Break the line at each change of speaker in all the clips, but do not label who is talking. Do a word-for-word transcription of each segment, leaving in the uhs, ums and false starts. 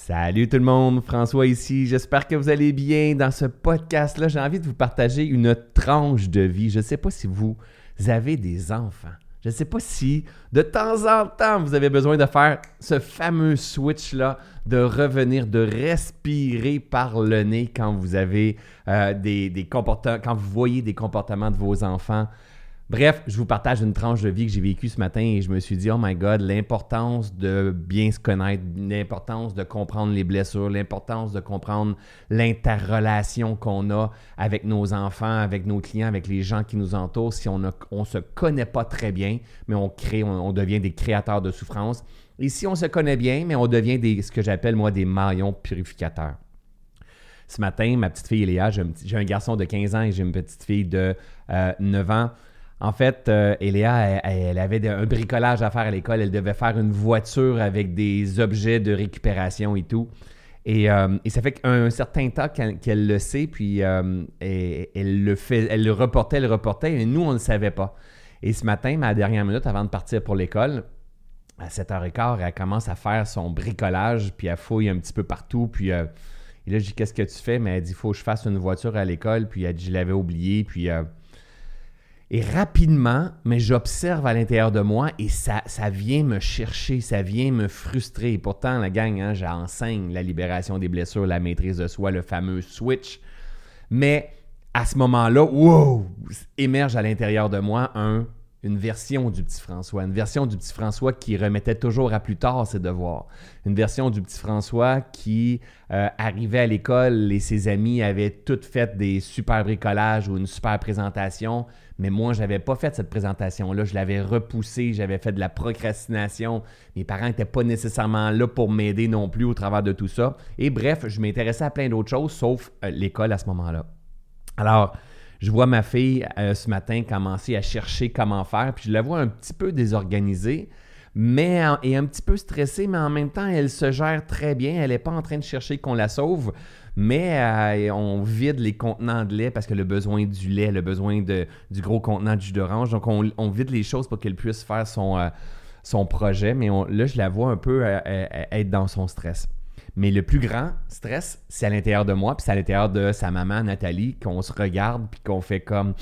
Salut tout le monde, François ici. J'espère que vous allez bien. Dans ce podcast-là, j'ai envie de vous partager une tranche de vie. Je ne sais pas si vous avez des enfants. Je ne sais pas si de temps en temps, vous avez besoin de faire ce fameux switch-là, de revenir, de respirer par le nez quand vous avez euh, des, des comportements, quand vous voyez des comportements de vos enfants. Bref, je vous partage une tranche de vie que j'ai vécue ce matin et je me suis dit, oh my God, l'importance de bien se connaître, l'importance de comprendre les blessures, l'importance de comprendre l'interrelation qu'on a avec nos enfants, avec nos clients, avec les gens qui nous entourent. Si on ne on se connaît pas très bien, mais on crée, on, on devient des créateurs de souffrance. Et si on se connaît bien, mais on devient des, ce que j'appelle moi des maillons purificateurs. Ce matin, ma petite fille Eléa, j'ai un, j'ai un garçon de quinze ans et j'ai une petite fille de euh, neuf ans. En fait, euh, Eléa, elle, elle avait un bricolage à faire à l'école. Elle devait faire une voiture avec des objets de récupération et tout. Et, euh, et ça fait un certain temps qu'elle, qu'elle le sait, puis euh, elle, elle, le fait, elle le reportait, elle le reportait, et nous, on ne le savait pas. Et ce matin, ma dernière minute avant de partir pour l'école, à sept heures quinze, elle commence à faire son bricolage, puis elle fouille un petit peu partout, puis... Euh, et là, je dis, qu'est-ce que tu fais? Mais elle dit, il faut que je fasse une voiture à l'école, puis elle dit, je l'avais oublié, puis... Euh, Et rapidement, mais j'observe à l'intérieur de moi et ça, ça vient me chercher, ça vient me frustrer. Pourtant, la gang, hein, j'enseigne la libération des blessures, la maîtrise de soi, le fameux switch. Mais à ce moment-là, wow, émerge à l'intérieur de moi un, une version du petit François. Une version du petit François qui remettait toujours à plus tard ses devoirs. Une version du petit François qui euh, arrivait à l'école et ses amis avaient toutes fait des super bricolages ou une super présentation. Mais moi, je n'avais pas fait cette présentation-là. Je l'avais repoussée, j'avais fait de la procrastination. Mes parents n'étaient pas nécessairement là pour m'aider non plus au travers de tout ça. Et bref, je m'intéressais à plein d'autres choses, sauf euh, l'école à ce moment-là. Alors, je vois ma fille euh, ce matin commencer à chercher comment faire, puis je la vois un petit peu désorganisée, mais en, et un petit peu stressée, mais en même temps, elle se gère très bien. Elle n'est pas en train de chercher qu'on la sauve. Mais euh, on vide les contenants de lait parce que le besoin du lait, le besoin de, du gros contenant de jus d'orange. Donc, on, on vide les choses pour qu'elle puisse faire son, euh, son projet. Mais on, là, je la vois un peu euh, euh, être dans son stress. Mais le plus grand stress, c'est à l'intérieur de moi, puis c'est à l'intérieur de sa maman, Nathalie, qu'on se regarde, puis qu'on fait comme...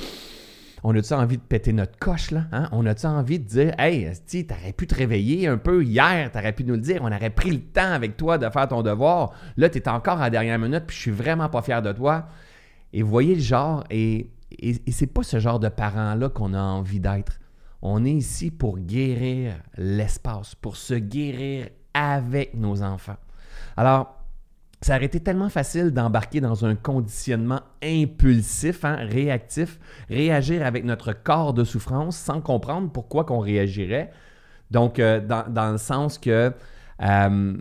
On a-tu envie de péter notre coche, là? Hein? On a-tu envie de dire, hey, tu t'aurais pu te réveiller un peu hier, t'aurais pu nous le dire, on aurait pris le temps avec toi de faire ton devoir. Là, t'es encore à la dernière minute, puis je suis vraiment pas fier de toi. Et vous voyez le genre, et, et, et c'est pas ce genre de parents-là qu'on a envie d'être. On est ici pour guérir l'espace, pour se guérir avec nos enfants. Alors, ça aurait été tellement facile d'embarquer dans un conditionnement impulsif, hein, réactif, réagir avec notre corps de souffrance sans comprendre pourquoi qu'on réagirait. Donc, euh, dans, dans le sens que euh,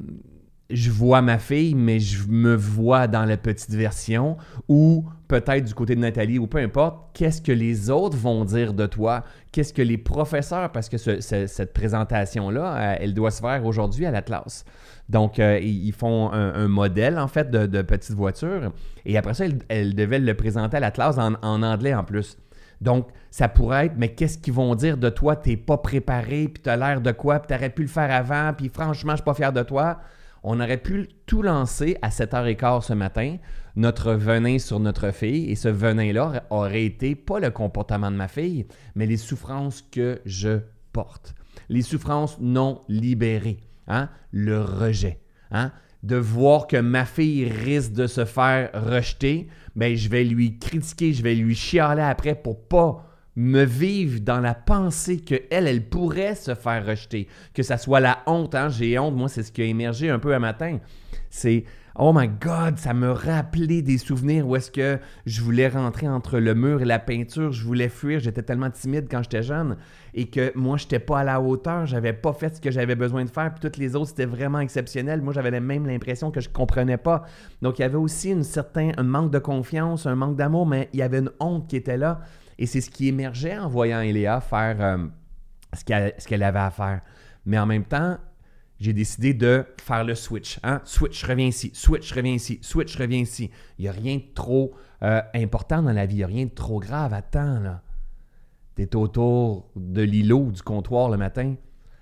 je vois ma fille, mais je me vois dans la petite version ou peut-être du côté de Nathalie ou peu importe, qu'est-ce que les autres vont dire de toi? Qu'est-ce que les professeurs, parce que ce, ce, cette présentation-là, elle doit se faire aujourd'hui à la classe. Donc, euh, ils font un, un modèle, en fait, de, de petite voiture. Et après ça, elle, elle devait le présenter à la classe en, en anglais en plus. Donc, ça pourrait être, mais qu'est-ce qu'ils vont dire de toi? T'es pas préparé, puis t'as l'air de quoi? Puis t'aurais pu le faire avant, puis franchement, je suis pas fier de toi. On aurait pu tout lancer à sept heures quinze ce matin, notre venin sur notre fille. Et ce venin-là aurait été pas le comportement de ma fille, mais les souffrances que je porte. Les souffrances non libérées. Hein? Le rejet. Hein? De voir que ma fille risque de se faire rejeter, ben, je vais lui critiquer, je vais lui chialer après pour pas me vivre dans la pensée qu'elle, elle pourrait se faire rejeter. Que ça soit la honte. Hein? J'ai honte. Moi, c'est ce qui a émergé un peu un matin. C'est « Oh my God! » Ça me rappelait des souvenirs où est-ce que je voulais rentrer entre le mur et la peinture. Je voulais fuir. J'étais tellement timide quand j'étais jeune. Et que moi, je n'étais pas à la hauteur. Je n'avais pas fait ce que j'avais besoin de faire. Puis toutes les autres, c'était vraiment exceptionnel. Moi, j'avais même l'impression que je ne comprenais pas. Donc, il y avait aussi une certain, un manque de confiance, un manque d'amour, mais il y avait une honte qui était là. Et c'est ce qui émergeait en voyant Eléa faire euh, ce, qu'elle, ce qu'elle avait à faire. Mais en même temps, j'ai décidé de faire le switch. Hein? Switch, je reviens ici. Switch, je reviens ici. Switch, je reviens ici. Il n'y a rien de trop euh, important dans la vie. Il n'y a rien de trop grave. Attends, là. Tu es autour de l'îlot, du comptoir le matin.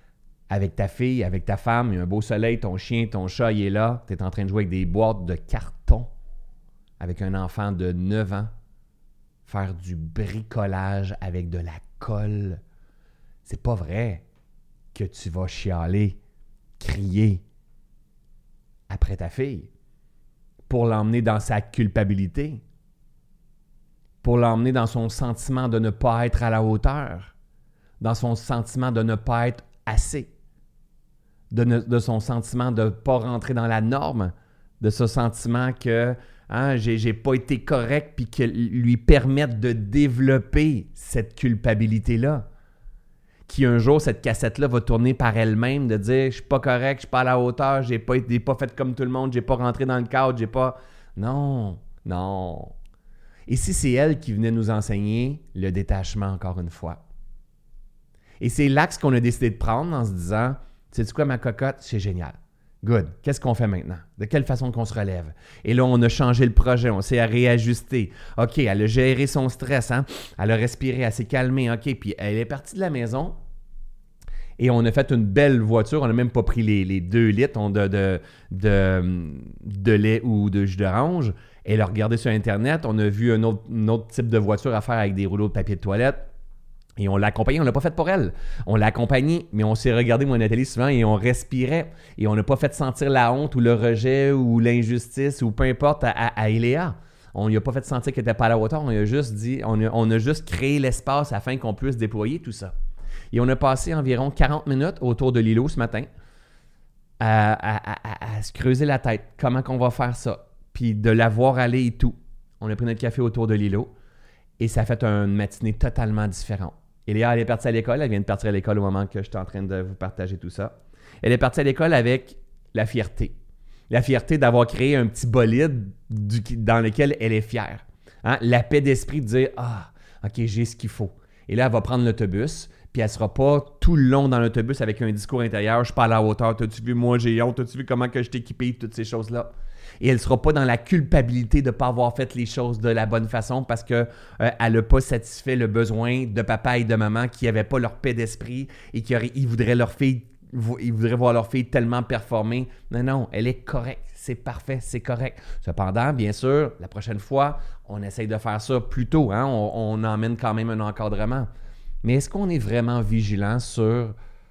avec ta fille, avec ta femme, il y a un beau soleil, ton chien, ton chat, il est là, tu es en train de jouer avec des boîtes de carton avec un enfant de neuf ans, faire du bricolage avec de la colle. C'est pas vrai que tu vas chialer, crier après ta fille pour l'emmener dans sa culpabilité, pour l'emmener dans son sentiment de ne pas être à la hauteur, dans son sentiment de ne pas être assez, de, ne, de son sentiment de ne pas rentrer dans la norme, de ce sentiment que hein, j'ai, j'ai pas été correct, puis que lui permettre de développer cette culpabilité-là. Qui un jour, cette cassette-là va tourner par elle-même, de dire « je suis pas correct, je suis pas à la hauteur, j'ai pas été pas fait comme tout le monde, j'ai pas rentré dans le cadre, j'ai pas... » Non, non. Et si c'est elle qui venait nous enseigner le détachement encore une fois? Et c'est l'axe qu'on a décidé de prendre en se disant « sais-tu quoi, ma cocotte? C'est génial. Good. Qu'est-ce qu'on fait maintenant? De quelle façon qu'on se relève? » Et là, on a changé le projet, on s'est réajusté. OK, elle a géré son stress, hein? Elle a respiré, elle s'est calmée. OK, puis elle est partie de la maison et on a fait une belle voiture. On n'a même pas pris les, les deux litres de, de, de, de lait ou de jus d'orange. Elle a regardé sur Internet. On a vu un autre, un autre type de voiture à faire avec des rouleaux de papier de toilette. Et on l'a accompagnée, on ne l'a pas fait pour elle. On l'a accompagnée, mais on s'est regardé, moi et Nathalie, souvent, et on respirait. Et on n'a pas fait sentir la honte ou le rejet ou l'injustice ou peu importe à, à, à Eléa. On ne lui a pas fait sentir qu'elle n'était pas à la hauteur. On a juste dit, on a, on a juste créé l'espace afin qu'on puisse déployer tout ça. Et on a passé environ quarante minutes autour de l'îlot ce matin à, à, à, à se creuser la tête. Comment qu'on va faire ça? Puis de la voir aller et tout. On a pris notre café autour de l'îlot et ça a fait une matinée totalement différente. Eléa, elle est partie à l'école. Elle vient de partir à l'école au moment que j'étais en train de vous partager tout ça. Elle est partie à l'école avec la fierté. La fierté d'avoir créé un petit bolide du, dans lequel elle est fière. Hein? La paix d'esprit de dire « Ah, OK, j'ai ce qu'il faut. » Et là, elle va prendre l'autobus, puis elle ne sera pas tout le long dans l'autobus avec un discours intérieur « Je suis pas à la hauteur, t'as-tu vu, moi j'ai honte, t'as-tu vu comment que je t'ai équipé, toutes ces choses-là. » Et elle ne sera pas dans la culpabilité de ne pas avoir fait les choses de la bonne façon parce qu'elle euh, n'a pas satisfait le besoin de papa et de maman qui n'avaient pas leur paix d'esprit et qui auraient, ils, voudraient leur fille, ils voudraient voir leur fille tellement performer. Non, non, elle est correcte. C'est parfait, c'est correct. Cependant, bien sûr, la prochaine fois, on essaye de faire ça plus tôt. Hein? On, on emmène quand même un encadrement. Mais est-ce qu'on est vraiment vigilant sur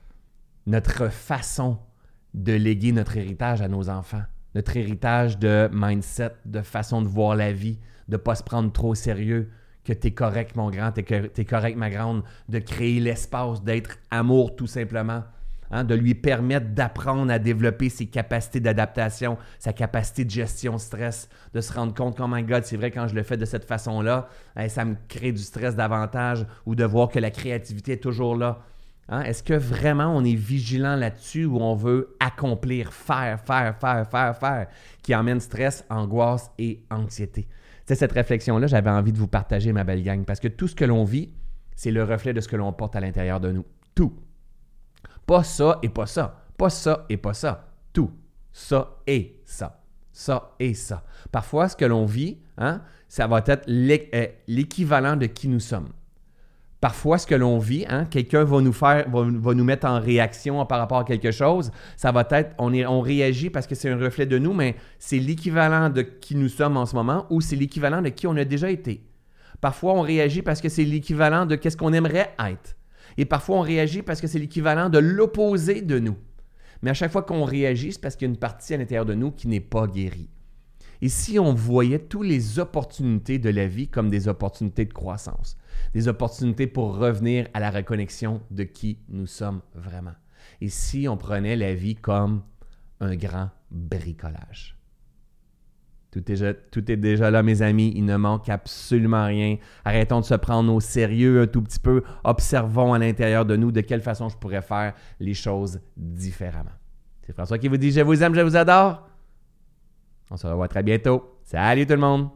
notre façon de léguer notre héritage à nos enfants? Notre héritage de mindset, de façon de voir la vie, de ne pas se prendre trop au sérieux, que tu es correct, mon grand, tu es correct, ma grande, de créer l'espace, d'être amour tout simplement, hein, de lui permettre d'apprendre à développer ses capacités d'adaptation, sa capacité de gestion stress, de se rendre compte que, oh my God, c'est vrai, quand je le fais de cette façon-là, hein, ça me crée du stress davantage ou de voir que la créativité est toujours là. Hein? Est-ce que vraiment on est vigilant là-dessus ou on veut accomplir, faire, faire, faire, faire, faire, qui emmène stress, angoisse et anxiété? C'est cette réflexion-là, j'avais envie de vous partager, ma belle gang, parce que tout ce que l'on vit, c'est le reflet de ce que l'on porte à l'intérieur de nous. Tout. Pas ça et pas ça. Pas ça et pas ça. Tout. Ça et ça. Ça et ça. Parfois, ce que l'on vit, hein, ça va être l'équivalent de qui nous sommes. Parfois, ce que l'on vit, hein, quelqu'un va nous faire, va, va nous mettre en réaction par rapport à quelque chose. Ça va être, on, est, on réagit parce que c'est un reflet de nous, mais c'est l'équivalent de qui nous sommes en ce moment ou c'est l'équivalent de qui on a déjà été. Parfois, on réagit parce que c'est l'équivalent de qu'est-ce qu'on aimerait être. Et parfois, on réagit parce que c'est l'équivalent de l'opposé de nous. Mais à chaque fois qu'on réagit, c'est parce qu'il y a une partie à l'intérieur de nous qui n'est pas guérie. Et si on voyait toutes les opportunités de la vie comme des opportunités de croissance, des opportunités pour revenir à la reconnexion de qui nous sommes vraiment. Et si on prenait la vie comme un grand bricolage. Tout est, tout est déjà là, mes amis. Il ne manque absolument rien. Arrêtons de se prendre au sérieux un tout petit peu. Observons à l'intérieur de nous de quelle façon je pourrais faire les choses différemment. C'est François qui vous dit « Je vous aime, je vous adore ». On se revoit très bientôt. Salut tout le monde!